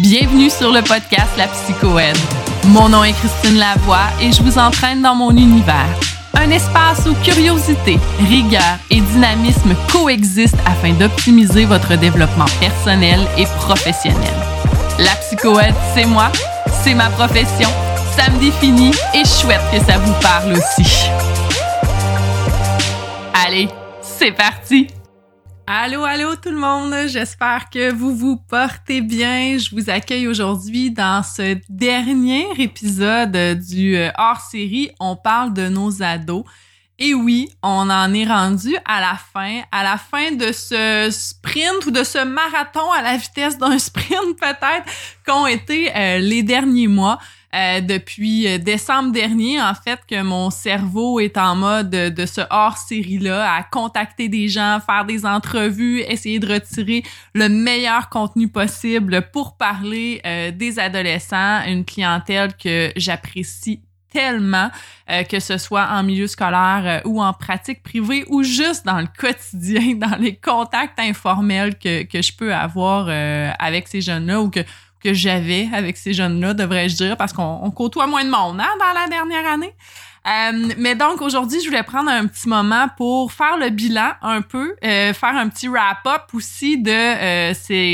Bienvenue sur le podcast La Psychoaide. Mon nom est Christine Lavoie et je vous entraîne dans mon univers. Un espace où curiosité, rigueur et dynamisme coexistent afin d'optimiser votre développement personnel et professionnel. La Psychoaide, c'est moi, c'est ma profession, ça me définit et chouette que ça vous parle aussi. Allez, c'est parti! Allô tout le monde, j'espère que vous vous portez bien. Je vous accueille aujourd'hui dans ce dernier épisode du hors-série « On parle de nos ados ». Et oui, on en est rendu à la fin de ce sprint ou de ce marathon à la vitesse d'un sprint peut-être qu'ont été les derniers mois. Depuis décembre dernier, en fait, que mon cerveau est en mode de ce hors-série-là, à contacter des gens, faire des entrevues, essayer de retirer le meilleur contenu possible pour parler des adolescents, une clientèle que j'apprécie tellement, que ce soit en milieu scolaire ou en pratique privée ou juste dans le quotidien, dans les contacts informels que je peux avoir avec ces jeunes-là ou que j'avais avec ces jeunes-là, devrais-je dire, parce qu'on côtoie moins de monde dans la dernière année. Mais donc, aujourd'hui, je voulais prendre un petit moment pour faire le bilan un peu, faire un petit wrap-up aussi de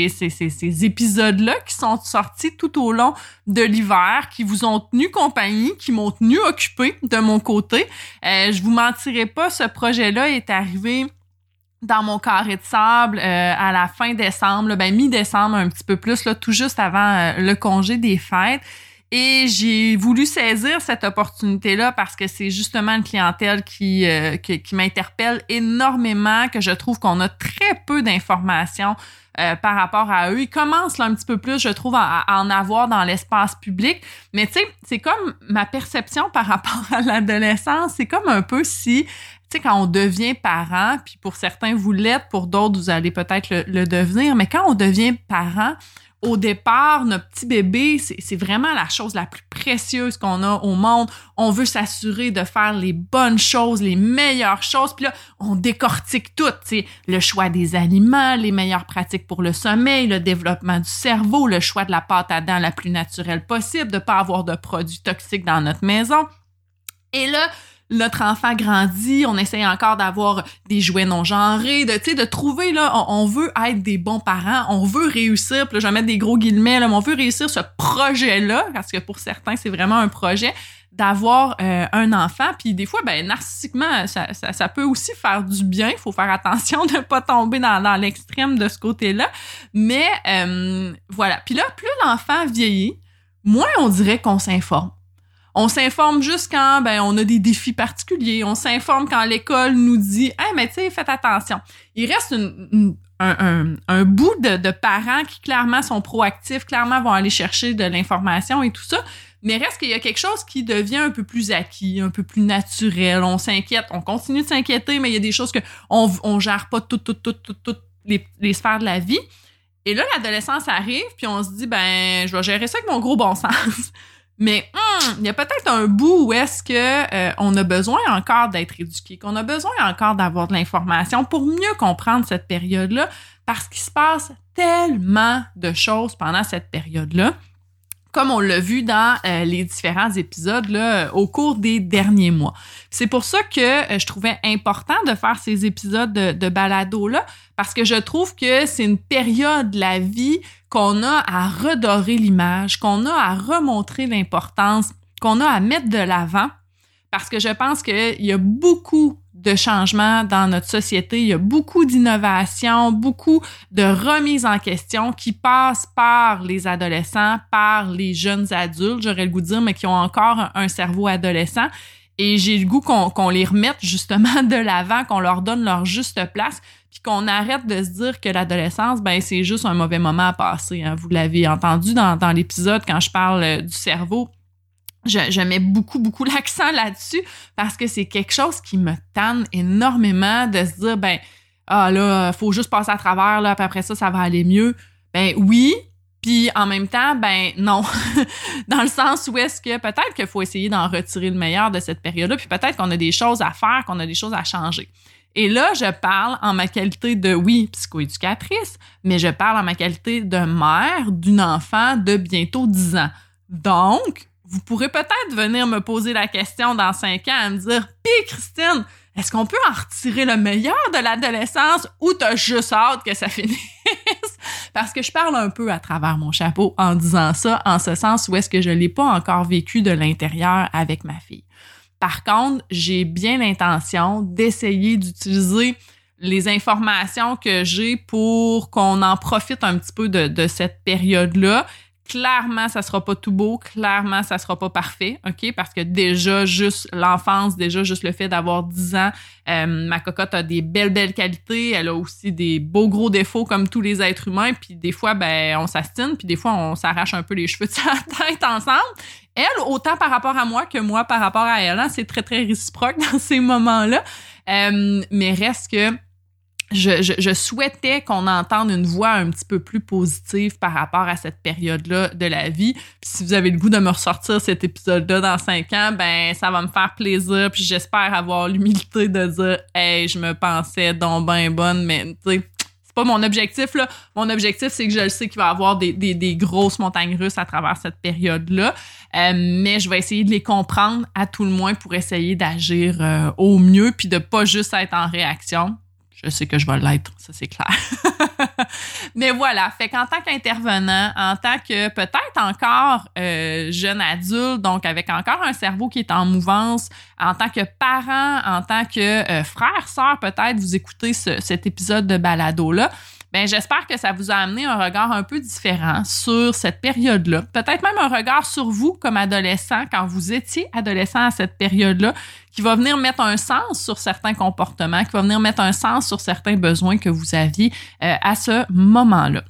ces épisodes-là qui sont sortis tout au long de l'hiver, qui vous ont tenu compagnie, qui m'ont tenu occupée de mon côté. Je vous mentirai pas, ce projet-là est arrivé dans mon carré de sable à la fin décembre, mi-décembre un petit peu plus, là, tout juste avant le congé des fêtes. Et j'ai voulu saisir cette opportunité-là parce que c'est justement une clientèle qui m'interpelle énormément, que je trouve qu'on a très peu d'informations par rapport à eux. Ils commencent là un petit peu plus, je trouve, à en avoir dans l'espace public. Mais tu sais, c'est comme ma perception par rapport à l'adolescence, c'est comme un peu si... Tu sais, quand on devient parent, puis pour certains, vous l'êtes, pour d'autres, vous allez peut-être le devenir, mais quand on devient parent, au départ, notre petit bébé, c'est vraiment la chose la plus précieuse qu'on a au monde. On veut s'assurer de faire les bonnes choses, les meilleures choses, puis là, on décortique tout, tu sais, le choix des aliments, les meilleures pratiques pour le sommeil, le développement du cerveau, le choix de la pâte à dents la plus naturelle possible, de pas avoir de produits toxiques dans notre maison. Et là, notre enfant grandit, on essaye encore d'avoir des jouets non genrés, de trouver, là, on veut être des bons parents, on veut réussir, puis là, je vais mettre des gros guillemets, là, mais on veut réussir ce projet-là, parce que pour certains, c'est vraiment un projet, d'avoir un enfant, puis des fois, narcissiquement, ça peut aussi faire du bien, il faut faire attention de ne pas tomber dans l'extrême de ce côté-là, mais voilà. Puis là, plus l'enfant vieillit, moins on dirait qu'on s'informe. On s'informe juste quand on a des défis particuliers. On s'informe quand l'école nous dit « Hey, mais tu sais, faites attention ». Il reste un bout de parents qui clairement sont proactifs, clairement vont aller chercher de l'information et tout ça, mais reste qu'il y a quelque chose qui devient un peu plus acquis, un peu plus naturel. On s'inquiète, on continue de s'inquiéter, mais il y a des choses que on gère pas toutes les sphères de la vie. Et là, l'adolescence arrive, puis on se dit « je vais gérer ça avec mon gros bon sens ». Mais il y a peut-être un bout où est-ce que on a besoin encore d'être éduqué, qu'on a besoin encore d'avoir de l'information pour mieux comprendre cette période-là, parce qu'il se passe tellement de choses pendant cette période-là, comme on l'a vu dans les différents épisodes là, au cours des derniers mois. C'est pour ça que je trouvais important de faire ces épisodes de balado-là, parce que je trouve que c'est une période de la vie qu'on a à redorer l'image, qu'on a à remontrer l'importance, qu'on a à mettre de l'avant, parce que je pense qu'il y a beaucoup de changements dans notre société, il y a beaucoup d'innovations, beaucoup de remises en question qui passent par les adolescents, par les jeunes adultes, j'aurais le goût de dire, mais qui ont encore un cerveau adolescent. Et j'ai le goût qu'on les remette justement de l'avant, qu'on leur donne leur juste place, puis qu'on arrête de se dire que l'adolescence, c'est juste un mauvais moment à passer. Hein. Vous l'avez entendu dans l'épisode quand je parle du cerveau. Je mets beaucoup l'accent là-dessus parce que c'est quelque chose qui me tanne énormément de se dire, faut juste passer à travers, là, puis après ça va aller mieux. Oui, puis en même temps, non. Dans le sens où est-ce que peut-être qu'il faut essayer d'en retirer le meilleur de cette période-là, puis peut-être qu'on a des choses à faire, qu'on a des choses à changer. Et là, je parle en ma qualité de, oui, psychoéducatrice, mais je parle en ma qualité de mère d'une enfant de bientôt 10 ans. Donc, vous pourrez peut-être venir me poser la question dans 5 ans à me dire « Pis Christine, est-ce qu'on peut en retirer le meilleur de l'adolescence ou t'as juste hâte que ça finisse? » Parce que je parle un peu à travers mon chapeau en disant ça, en ce sens où est-ce que je l'ai pas encore vécu de l'intérieur avec ma fille. Par contre, j'ai bien l'intention d'essayer d'utiliser les informations que j'ai pour qu'on en profite un petit peu de cette période-là. Clairement, ça sera pas tout beau. Clairement, ça sera pas parfait, OK? Parce que déjà, juste l'enfance, déjà, juste le fait d'avoir 10 ans, ma cocotte a des belles qualités. Elle a aussi des beaux gros défauts comme tous les êtres humains. Puis des fois, on s'astine. Puis des fois, on s'arrache un peu les cheveux de sa tête ensemble. Elle, autant par rapport à moi que moi par rapport à elle. Hein? C'est très, très réciproque dans ces moments-là. Mais reste que je souhaitais qu'on entende une voix un petit peu plus positive par rapport à cette période-là de la vie. Puis si vous avez le goût de me ressortir cet épisode-là dans 5 ans, ça va me faire plaisir. Puis j'espère avoir l'humilité de dire « Hey, je me pensais donc ben bonne, mais tu sais, c'est pas mon objectif, là. Mon objectif, c'est que je le sais qu'il va y avoir des grosses montagnes russes à travers cette période-là. Mais je vais essayer de les comprendre à tout le moins pour essayer d'agir au mieux puis de pas juste être en réaction. Je sais que je vais l'être, ça c'est clair. Mais voilà, fait qu'en tant qu'intervenant, en tant que peut-être encore jeune adulte, donc avec encore un cerveau qui est en mouvance, en tant que parent, en tant que frère, sœur, peut-être vous écoutez cet épisode de balado-là, j'espère que ça vous a amené un regard un peu différent sur cette période-là. Peut-être même un regard sur vous comme adolescent, quand vous étiez adolescent à cette période-là, qui va venir mettre un sens sur certains comportements, qui va venir mettre un sens sur certains besoins que vous aviez à ce moment-là.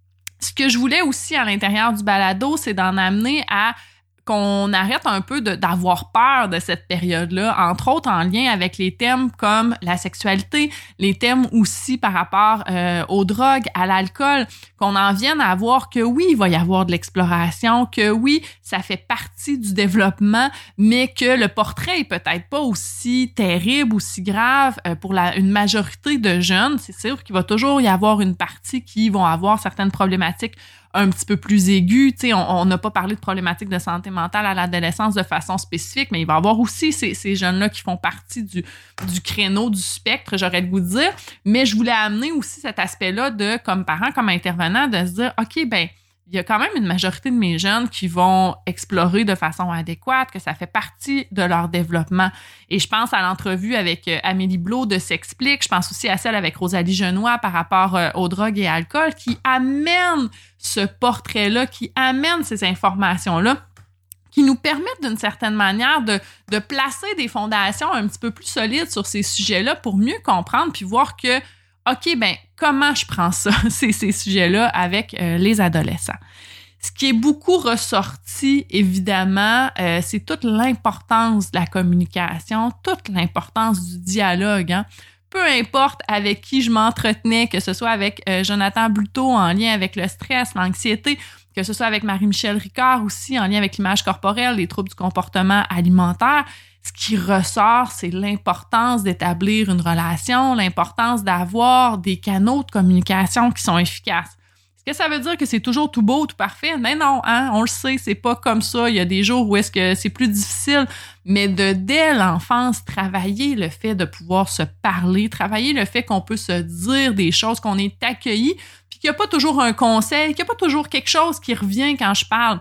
Ce que je voulais aussi à l'intérieur du balado, c'est d'en amener à qu'on arrête un peu d'avoir peur de cette période-là, entre autres en lien avec les thèmes comme la sexualité, les thèmes aussi par rapport aux drogues, à l'alcool, qu'on en vienne à voir que oui, il va y avoir de l'exploration, que oui, ça fait partie du développement, mais que le portrait est peut-être pas aussi terrible, aussi grave pour une majorité de jeunes. C'est sûr qu'il va toujours y avoir une partie qui vont avoir certaines problématiques un petit peu plus aiguë. Tu sais, on n'a pas parlé de problématiques de santé mentale à l'adolescence de façon spécifique, mais il va y avoir aussi ces jeunes-là qui font partie du créneau, du spectre, j'aurais le goût de dire. Mais je voulais amener aussi cet aspect-là de, comme parent, comme intervenant, de se dire, OK, il y a quand même une majorité de mes jeunes qui vont explorer de façon adéquate, que ça fait partie de leur développement. Et je pense à l'entrevue avec Amélie Blot de S'explique, je pense aussi à celle avec Rosalie Genois par rapport aux drogues et alcool, qui amènent ce portrait-là, qui amènent ces informations-là, qui nous permettent d'une certaine manière de placer des fondations un petit peu plus solides sur ces sujets-là pour mieux comprendre puis voir que OK, comment je prends ça, ces sujets-là avec les adolescents? Ce qui est beaucoup ressorti, évidemment, c'est toute l'importance de la communication, toute l'importance du dialogue, hein? Peu importe avec qui je m'entretenais, que ce soit avec Jonathan Bluteau en lien avec le stress, l'anxiété, que ce soit avec Marie-Michel Ricard aussi en lien avec l'image corporelle, les troubles du comportement alimentaire. Ce qui ressort, c'est l'importance d'établir une relation, l'importance d'avoir des canaux de communication qui sont efficaces. Est-ce que ça veut dire que c'est toujours tout beau, tout parfait? Mais non, hein, on le sait, c'est pas comme ça. Il y a des jours où est-ce que c'est plus difficile, mais dès l'enfance, travailler le fait de pouvoir se parler, travailler le fait qu'on peut se dire des choses, qu'on est accueilli, puis qu'il n'y a pas toujours un conseil, qu'il n'y a pas toujours quelque chose qui revient quand je parle.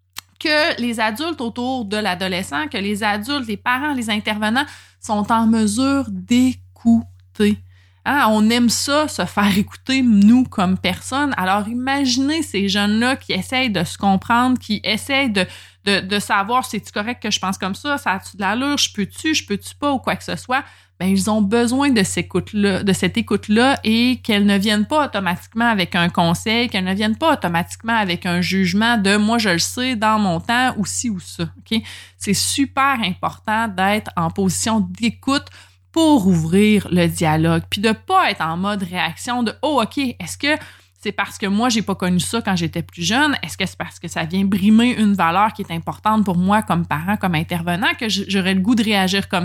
Que les adultes autour de l'adolescent, que les adultes, les parents, les intervenants sont en mesure d'écouter. Hein? On aime ça, se faire écouter, nous, comme personnes. Alors, imaginez ces jeunes-là qui essayent de se comprendre, qui essayent de savoir si c'est-tu correct que je pense comme ça, ça a-tu de l'allure, je peux-tu pas, ou quoi que ce soit. Ils ont besoin de cette écoute-là et qu'elles ne viennent pas automatiquement avec un conseil, qu'elles ne viennent pas automatiquement avec un jugement de « moi, je le sais, dans mon temps, ou ci ou ça ». Okay? C'est super important d'être en position d'écoute pour ouvrir le dialogue, puis de pas être en mode réaction de « oh, OK, est-ce que c'est parce que moi, j'ai pas connu ça quand j'étais plus jeune? Est-ce que c'est parce que ça vient brimer une valeur qui est importante pour moi comme parent, comme intervenant, que j'aurais le goût de réagir comme ça? »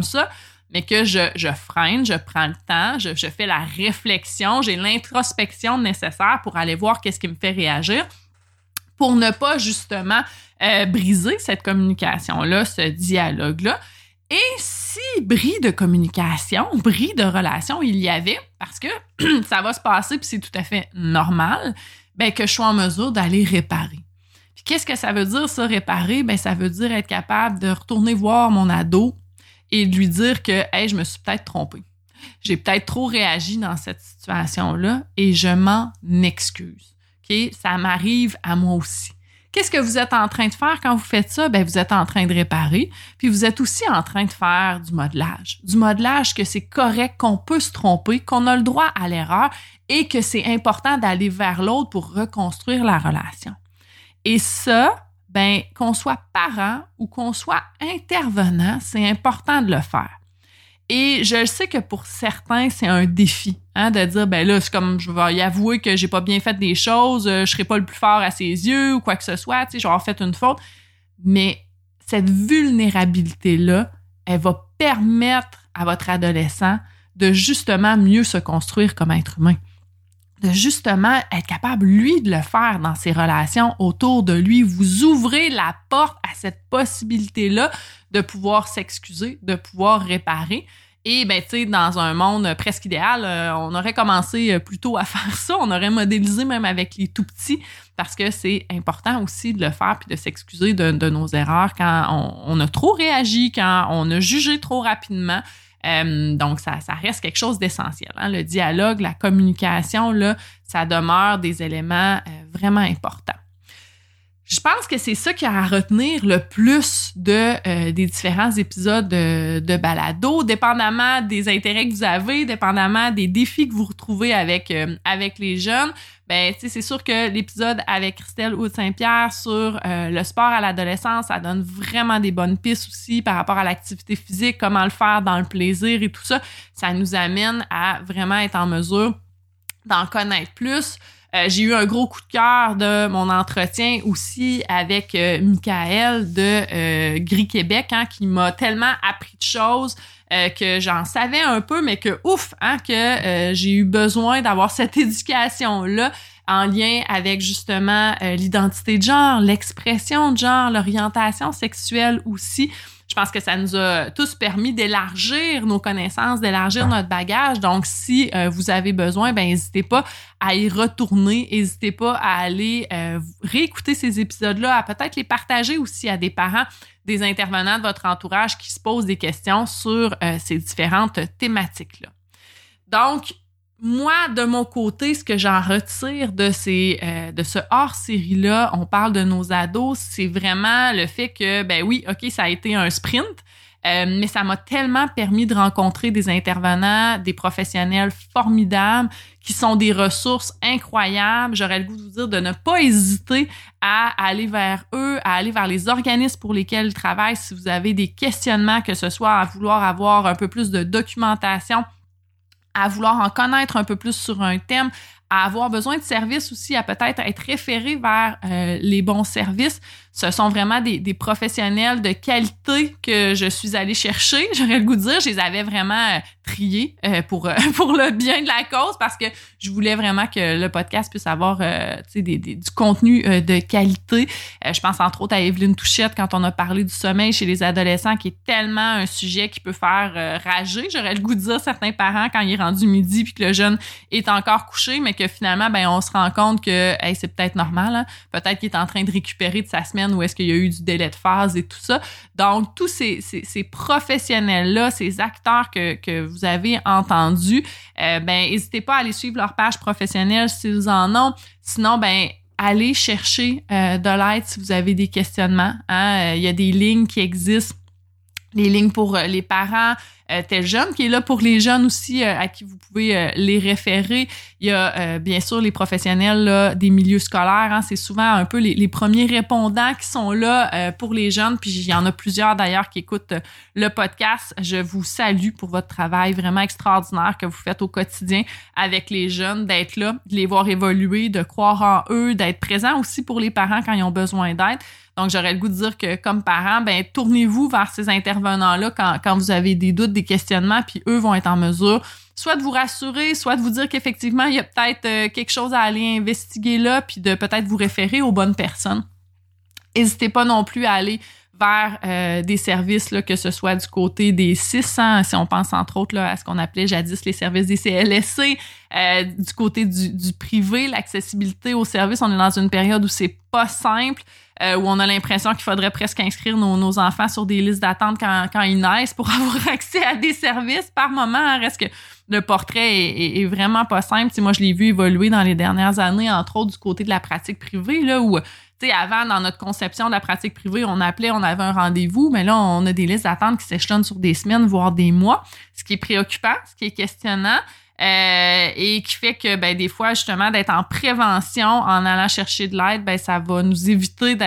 mais que je freine, je prends le temps, je fais la réflexion, j'ai l'introspection nécessaire pour aller voir qu'est-ce qui me fait réagir, pour ne pas justement briser cette communication-là, ce dialogue-là. Et si bris de communication, bris de relation il y avait, parce que ça va se passer puis c'est tout à fait normal, ben que je sois en mesure d'aller réparer. Puis qu'est-ce que ça veut dire, ça, réparer? Ben ça veut dire être capable de retourner voir mon ado et de lui dire que « Hey, je me suis peut-être trompée. J'ai peut-être trop réagi dans cette situation-là et je m'en excuse. » OK? Ça m'arrive à moi aussi. Qu'est-ce que vous êtes en train de faire quand vous faites ça? Ben, vous êtes en train de réparer, puis vous êtes aussi en train de faire du modelage. Du modelage que c'est correct, qu'on peut se tromper, qu'on a le droit à l'erreur et que c'est important d'aller vers l'autre pour reconstruire la relation. Et ça, ben, qu'on soit parent ou qu'on soit intervenant, c'est important de le faire. Et je sais que pour certains, c'est un défi, de dire, ben là, c'est comme, je vais y avouer que j'ai pas bien fait des choses, je serai pas le plus fort à ses yeux ou quoi que ce soit, tu sais, j'aurai fait une faute. Mais cette vulnérabilité-là, elle va permettre à votre adolescent de justement mieux se construire comme être humain. De justement être capable, lui, de le faire dans ses relations autour de lui. Vous ouvrez la porte à cette possibilité-là de pouvoir s'excuser, de pouvoir réparer. Et, ben, tu sais, dans un monde presque idéal, on aurait commencé plutôt à faire ça. On aurait modélisé même avec les tout-petits parce que c'est important aussi de le faire puis de s'excuser de nos erreurs quand on a trop réagi, quand on a jugé trop rapidement. Donc, ça reste quelque chose d'essentiel. Le dialogue, la communication, là, ça demeure des éléments vraiment importants. Je pense que c'est ça qu'il y a à retenir le plus des différents épisodes de balado, dépendamment des intérêts que vous avez, dépendamment des défis que vous retrouvez avec les jeunes. Ben, tu sais, c'est sûr que l'épisode avec Christelle Houde-Saint-Pierre sur le sport à l'adolescence, ça donne vraiment des bonnes pistes aussi par rapport à l'activité physique, comment le faire dans le plaisir et tout ça. Ça nous amène à vraiment être en mesure d'en connaître plus. J'ai eu un gros coup de cœur de mon entretien aussi avec Michael de Gris Québec, qui m'a tellement appris de choses que j'en savais un peu, mais que que j'ai eu besoin d'avoir cette éducation-là en lien avec justement l'identité de genre, l'expression de genre, l'orientation sexuelle aussi. Je pense que ça nous a tous permis d'élargir nos connaissances, d'élargir notre bagage. Donc, si vous avez besoin, ben n'hésitez pas à y retourner. N'hésitez pas à aller réécouter ces épisodes-là, à peut-être les partager aussi à des parents, des intervenants de votre entourage qui se posent des questions sur ces différentes thématiques-là. Donc, moi, de mon côté, ce que j'en retire de ce hors-série-là, on parle de nos ados, c'est vraiment le fait que, ben oui, OK, ça a été un sprint, mais ça m'a tellement permis de rencontrer des intervenants, des professionnels formidables qui sont des ressources incroyables. J'aurais le goût de vous dire de ne pas hésiter à aller vers eux, à aller vers les organismes pour lesquels ils travaillent si vous avez des questionnements, que ce soit à vouloir avoir un peu plus de documentation, à vouloir en connaître un peu plus sur un thème, à avoir besoin de services aussi, à peut-être être référé vers les bons services. Ce sont vraiment des professionnels de qualité que je suis allée chercher. J'aurais le goût de dire, je les avais vraiment triés pour le bien de la cause parce que je voulais vraiment que le podcast puisse avoir du contenu de qualité. Je pense entre autres à Evelyne Touchette quand on a parlé du sommeil chez les adolescents, qui est tellement un sujet qui peut faire rager. J'aurais le goût de dire certains parents quand il est rendu midi puis que le jeune est encore couché, mais que finalement, ben on se rend compte que c'est peut-être normal. Hein? Peut-être qu'il est en train de récupérer de sa semaine où est-ce qu'il y a eu du délai de phase et tout ça. Donc, tous ces professionnels-là, ces acteurs que vous avez entendus, n'hésitez pas à aller suivre leur page professionnelle s'ils en ont. Sinon, allez chercher de l'aide si vous avez des questionnements. Il y a des lignes qui existent. Les lignes pour les parents, tel jeune, qui est là pour les jeunes aussi, à qui vous pouvez les référer. Il y a bien sûr les professionnels là, des milieux scolaires. C'est souvent un peu les premiers répondants qui sont là pour les jeunes. Puis il y en a plusieurs d'ailleurs qui écoutent le podcast. Je vous salue pour votre travail vraiment extraordinaire que vous faites au quotidien avec les jeunes, d'être là, de les voir évoluer, de croire en eux, d'être présent aussi pour les parents quand ils ont besoin d'aide. Donc, j'aurais le goût de dire que comme parents, ben tournez-vous vers ces intervenants-là quand vous avez des doutes, des questionnements, puis eux vont être en mesure soit de vous rassurer, soit de vous dire qu'effectivement, il y a peut-être quelque chose à aller investiguer là, puis de peut-être vous référer aux bonnes personnes. N'hésitez pas non plus à aller vers des services, là, que ce soit du côté des CIS, hein, si on pense entre autres là, à ce qu'on appelait jadis les services des CLSC, du côté du privé, l'accessibilité aux services. On est dans une période où c'est pas simple, où on a l'impression qu'il faudrait presque inscrire nos enfants sur des listes d'attente quand ils naissent pour avoir accès à des services. Par moment, hein, reste que le portrait est vraiment pas simple. T'sais, moi, je l'ai vu évoluer dans les dernières années, entre autres du côté de la pratique privée, là, où tu sais, avant, dans notre conception de la pratique privée, on appelait, on avait un rendez-vous, mais là, on a des listes d'attente qui s'échelonnent sur des semaines, voire des mois, ce qui est préoccupant, ce qui est questionnant, et qui fait que, ben, des fois, justement, d'être en prévention en allant chercher de l'aide, ben, ça va nous éviter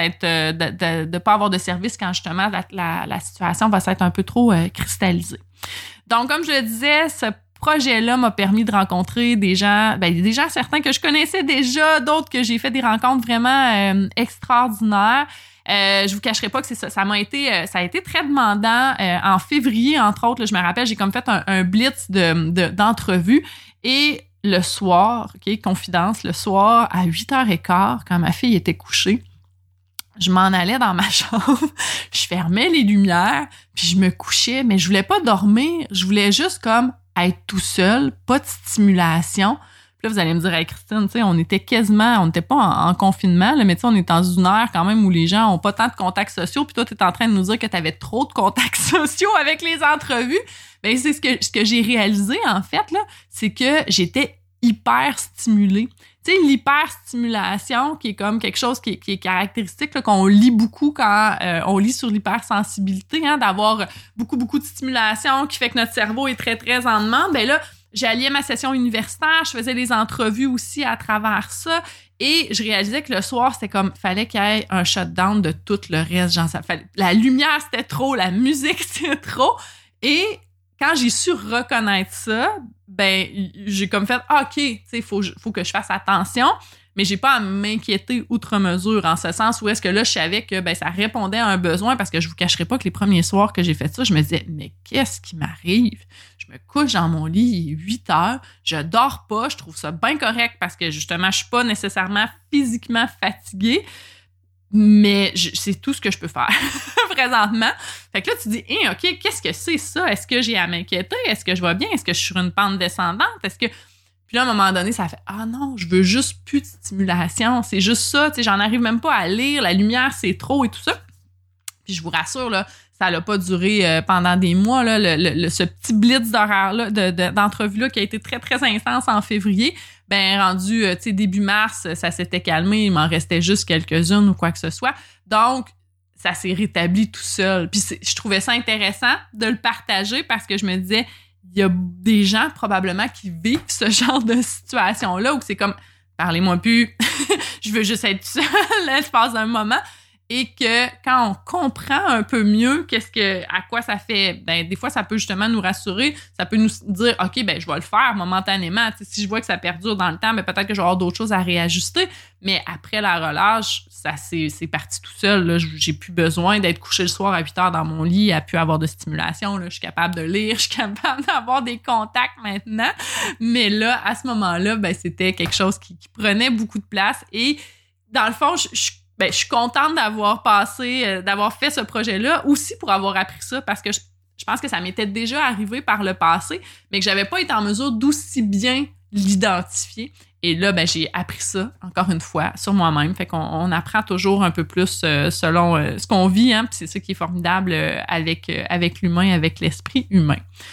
de pas avoir de service quand, justement, la situation va s'être un peu trop cristallisée. Donc, comme je le disais, ce projet-là m'a permis de rencontrer des gens certains que je connaissais déjà, d'autres que j'ai fait des rencontres vraiment extraordinaires. Je vous cacherai pas que c'est ça. Ça a été très demandant. En février, entre autres, là, je me rappelle, j'ai comme fait un blitz d'entrevues et le soir, OK, confidence, le soir à 8h15, quand ma fille était couchée, je m'en allais dans ma chambre, je fermais les lumières, puis je me couchais, mais je voulais pas dormir, je voulais juste comme être tout seul, pas de stimulation. Puis là, vous allez me dire, hey, Christine, tu sais, on n'était pas en confinement, là, mais tu sais, on est dans une ère quand même où les gens ont pas tant de contacts sociaux, puis toi, tu es en train de nous dire que tu avais trop de contacts sociaux avec les entrevues. Ben c'est ce que j'ai réalisé, en fait, là, c'est que j'étais hyper stimulée. Tu sais, l'hyperstimulation, qui est comme quelque chose qui est caractéristique, là, qu'on lit beaucoup quand on lit sur l'hypersensibilité, hein, d'avoir beaucoup de stimulation qui fait que notre cerveau est très, très en demande. Ben là, j'alliais ma session universitaire, je faisais des entrevues aussi à travers ça, et je réalisais que le soir, c'était comme, fallait qu'il y ait un shutdown de tout le reste. Genre, la lumière, c'était trop, la musique, c'était trop. Et quand j'ai su reconnaître ça, ben j'ai comme fait OK, tu sais, faut que je fasse attention, mais j'ai pas à m'inquiéter outre mesure, en ce sens où est-ce que là je savais que ben ça répondait à un besoin, parce que je vous cacherai pas que les premiers soirs que j'ai fait ça, je me disais mais qu'est-ce qui m'arrive? Je me couche dans mon lit, il est 8h, je dors pas, je trouve ça bien correct parce que justement je suis pas nécessairement physiquement fatiguée. Mais c'est tout ce que je peux faire présentement. Fait que là, tu dis, OK, qu'est-ce que c'est ça? Est-ce que j'ai à m'inquiéter? Est-ce que je vais bien? Est-ce que je suis sur une pente descendante? Puis là, à un moment donné, ça fait, ah non, je veux juste plus de stimulation. C'est juste ça, tu sais, j'en arrive même pas à lire. La lumière, c'est trop et tout ça. Puis je vous rassure, là, ça n'a pas duré pendant des mois, là, ce petit blitz d'horaire-là, d'entrevue-là qui a été très, très intense en février. Ben rendu, tu sais, début mars, ça s'était calmé, il m'en restait juste quelques-unes ou quoi que ce soit. Donc, ça s'est rétabli tout seul. Puis je trouvais ça intéressant de le partager parce que je me disais, il y a des gens probablement qui vivent ce genre de situation-là où c'est comme, parlez-moi plus, je veux juste être seule l'espace d'un moment. Et que quand on comprend un peu mieux à quoi ça fait, ben des fois ça peut justement nous rassurer, ça peut nous dire OK, ben je vais le faire momentanément. T'sais, si je vois que ça perdure dans le temps, ben peut-être que je vais avoir d'autres choses à réajuster. Mais après la relâche, ça c'est parti tout seul. Là. J'ai plus besoin d'être couché le soir à 8h dans mon lit, à plus avoir de stimulation. Là. Je suis capable de lire, je suis capable d'avoir des contacts maintenant. Mais là, à ce moment-là, ben c'était quelque chose qui prenait beaucoup de place. Et dans le fond, je suis contente d'avoir fait ce projet-là, aussi pour avoir appris ça, parce que je pense que ça m'était déjà arrivé par le passé, mais que j'avais pas été en mesure d'aussi bien l'identifier. Et là, ben j'ai appris ça, encore une fois, sur moi-même. Fait qu'on apprend toujours un peu plus selon ce qu'on vit, hein, puis c'est ça qui est formidable avec l'humain, avec l'esprit humain.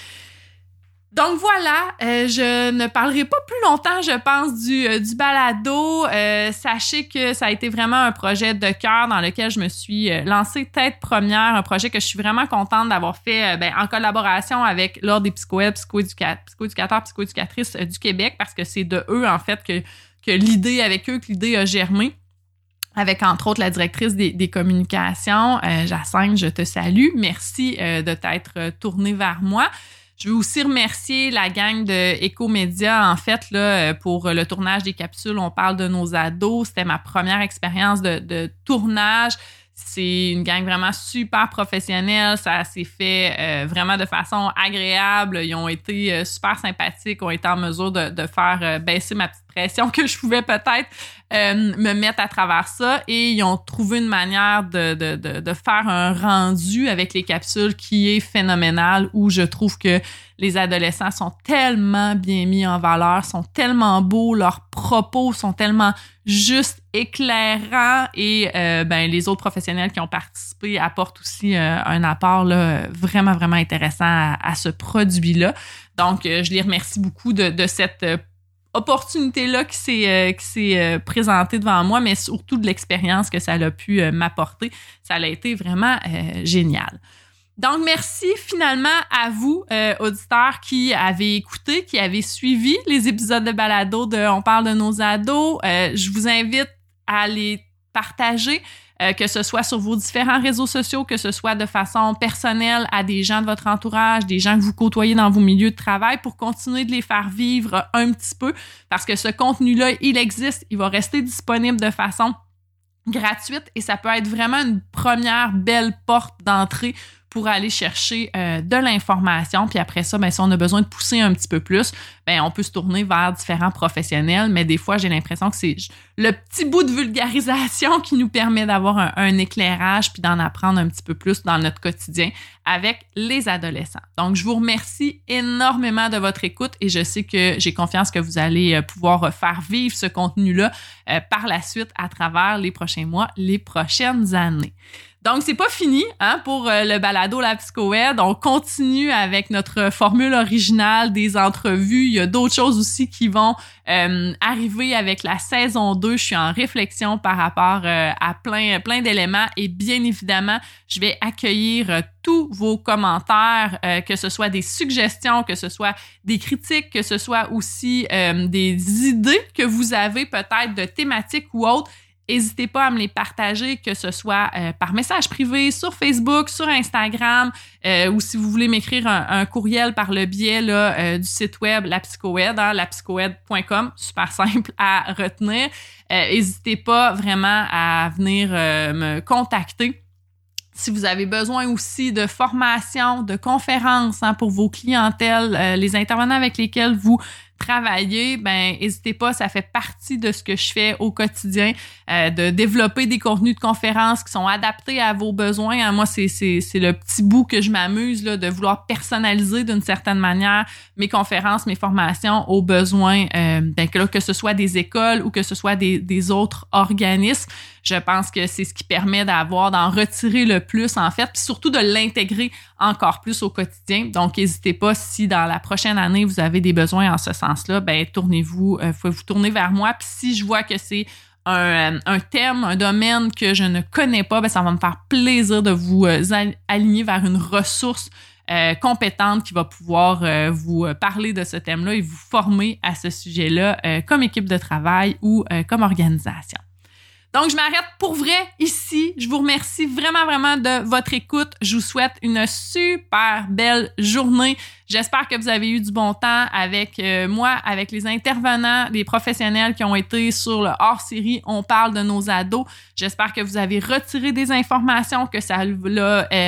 Donc voilà, je ne parlerai pas plus longtemps, je pense, du balado. Sachez que ça a été vraiment un projet de cœur dans lequel je me suis lancée tête première, un projet que je suis vraiment contente d'avoir fait en collaboration avec l'Ordre des psychoèdes, psychoéducateurs, psychoéducatrices du Québec, parce que c'est de eux, en fait, que l'idée a germé. Avec, entre autres, la directrice des communications, Jacinthe, je te salue. Merci de t'être tournée vers moi. Je veux aussi remercier la gang de Écomédia, en fait, là, pour le tournage des capsules. On parle de nos ados. C'était ma première expérience de tournage. C'est une gang vraiment super professionnelle. Ça s'est fait vraiment de façon agréable. Ils ont été super sympathiques, ont été en mesure de faire baisser ma petite pression que je pouvais peut-être me mettre à travers ça. Et ils ont trouvé une manière de faire un rendu avec les capsules qui est phénoménal, où je trouve que les adolescents sont tellement bien mis en valeur, sont tellement beaux, leurs propos sont tellement juste éclairants et les autres professionnels qui ont participé apportent aussi un apport là, vraiment, vraiment intéressant à ce produit-là. Donc, je les remercie beaucoup de cette opportunité-là qui s'est présentée devant moi, mais surtout de l'expérience que ça a pu m'apporter. Ça a été vraiment génial. Donc, merci finalement à vous, auditeurs, qui avez écouté, qui avez suivi les épisodes de balado de On parle de nos ados. Je vous invite à les partager, que ce soit sur vos différents réseaux sociaux, que ce soit de façon personnelle à des gens de votre entourage, des gens que vous côtoyez dans vos milieux de travail, pour continuer de les faire vivre un petit peu, parce que ce contenu-là, il existe, il va rester disponible de façon gratuite et ça peut être vraiment une première belle porte d'entrée pour aller chercher de l'information. Puis après ça, si on a besoin de pousser un petit peu plus, on peut se tourner vers différents professionnels. Mais des fois, j'ai l'impression que c'est le petit bout de vulgarisation qui nous permet d'avoir un éclairage puis d'en apprendre un petit peu plus dans notre quotidien avec les adolescents. Donc, je vous remercie énormément de votre écoute et je sais que j'ai confiance que vous allez pouvoir faire vivre ce contenu-là par la suite à travers les prochains mois, les prochaines années. Donc, c'est pas fini pour le balado La Psychoed. On continue avec notre formule originale des entrevues. Il y a d'autres choses aussi qui vont arriver avec la saison 2. Je suis en réflexion par rapport à plein d'éléments et bien évidemment, je vais accueillir tous vos commentaires, que ce soit des suggestions, que ce soit des critiques, que ce soit aussi des idées que vous avez peut-être de thématiques ou autres. N'hésitez pas à me les partager, que ce soit par message privé, sur Facebook, sur Instagram, ou si vous voulez m'écrire un courriel par le biais là, du site web La Psychoed, lapsychoed.com, super simple à retenir. N'hésitez pas vraiment à venir me contacter. Si vous avez besoin aussi de formation, de conférences pour vos clientèles, les intervenants avec lesquels vous travailler, n'hésitez pas, ça fait partie de ce que je fais au quotidien, de développer des contenus de conférences qui sont adaptés à vos besoins. Moi, c'est le petit bout que je m'amuse là, de vouloir personnaliser d'une certaine manière mes conférences, mes formations aux besoins, que ce soit des écoles ou que ce soit des autres organismes. Je pense que c'est ce qui permet d'en retirer le plus, en fait, puis surtout de l'intégrer encore plus au quotidien. Donc, n'hésitez pas, si dans la prochaine année, vous avez des besoins en ce sens-là, tournez-vous, faut vous tourner vers moi. Puis si je vois que c'est un thème, un domaine que je ne connais pas, ça va me faire plaisir de vous aligner vers une ressource compétente qui va pouvoir vous parler de ce thème-là et vous former à ce sujet-là comme équipe de travail ou comme organisation. Donc, je m'arrête pour vrai ici. Je vous remercie vraiment, vraiment de votre écoute. Je vous souhaite une super belle journée. J'espère que vous avez eu du bon temps avec moi, avec les intervenants, les professionnels qui ont été sur le hors-série On parle de nos ados. J'espère que vous avez retiré des informations, que ça vous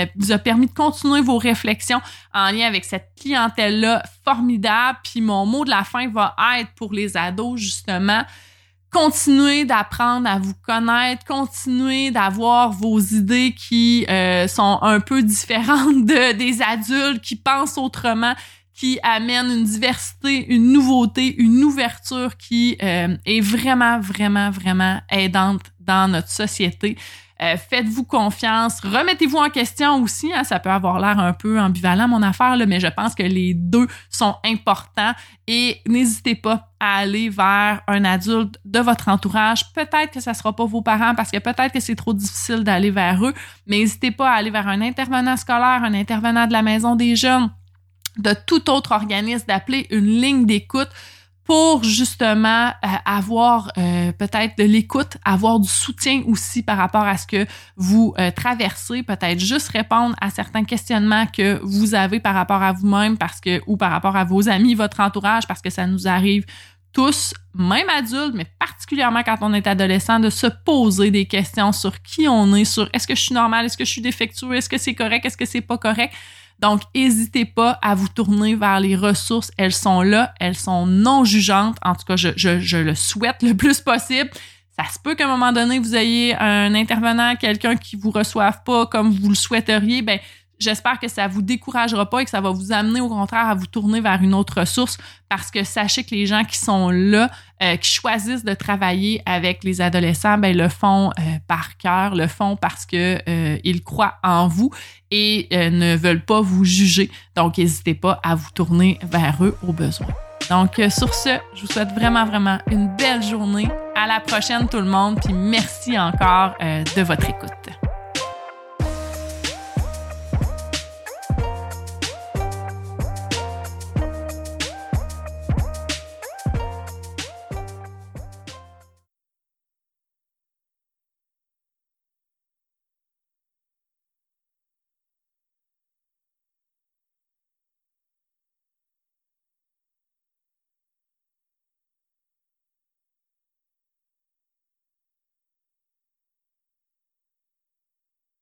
a permis de continuer vos réflexions en lien avec cette clientèle-là formidable. Puis mon mot de la fin va être pour les ados, justement, continuez d'apprendre à vous connaître, continuez d'avoir vos idées qui sont un peu différentes des adultes, qui pensent autrement, qui amènent une diversité, une nouveauté, une ouverture qui est vraiment, vraiment, vraiment aidante dans notre société. Faites-vous confiance, remettez-vous en question aussi, ça peut avoir l'air un peu ambivalent mon affaire, là, mais je pense que les deux sont importants et n'hésitez pas à aller vers un adulte de votre entourage. Peut-être que ça sera pas vos parents parce que peut-être que c'est trop difficile d'aller vers eux, mais n'hésitez pas à aller vers un intervenant scolaire, un intervenant de la maison des jeunes, de tout autre organisme, d'appeler une ligne d'écoute pour justement avoir peut-être de l'écoute, avoir du soutien aussi par rapport à ce que vous traversez, peut-être juste répondre à certains questionnements que vous avez par rapport à vous-même ou par rapport à vos amis, votre entourage, parce que ça nous arrive tous, même adultes, mais particulièrement particulièrement quand on est adolescent, de se poser des questions sur qui on est, sur est-ce que je suis normale, est-ce que je suis défectueux, est-ce que c'est correct, est-ce que c'est pas correct. Donc, n'hésitez pas à vous tourner vers les ressources. Elles sont là, elles sont non jugeantes. En tout cas, je le souhaite le plus possible. Ça se peut qu'à un moment donné, vous ayez un intervenant, quelqu'un qui vous reçoive pas comme vous le souhaiteriez. Ben, j'espère que ça vous découragera pas et que ça va vous amener au contraire à vous tourner vers une autre ressource, parce que sachez que les gens qui sont là, qui choisissent de travailler avec les adolescents, ben le font par cœur, le font parce que ils croient en vous et ne veulent pas vous juger. Donc, n'hésitez pas à vous tourner vers eux au besoin. Donc, sur ce, je vous souhaite vraiment, vraiment une belle journée. À la prochaine, tout le monde. Puis merci encore de votre écoute.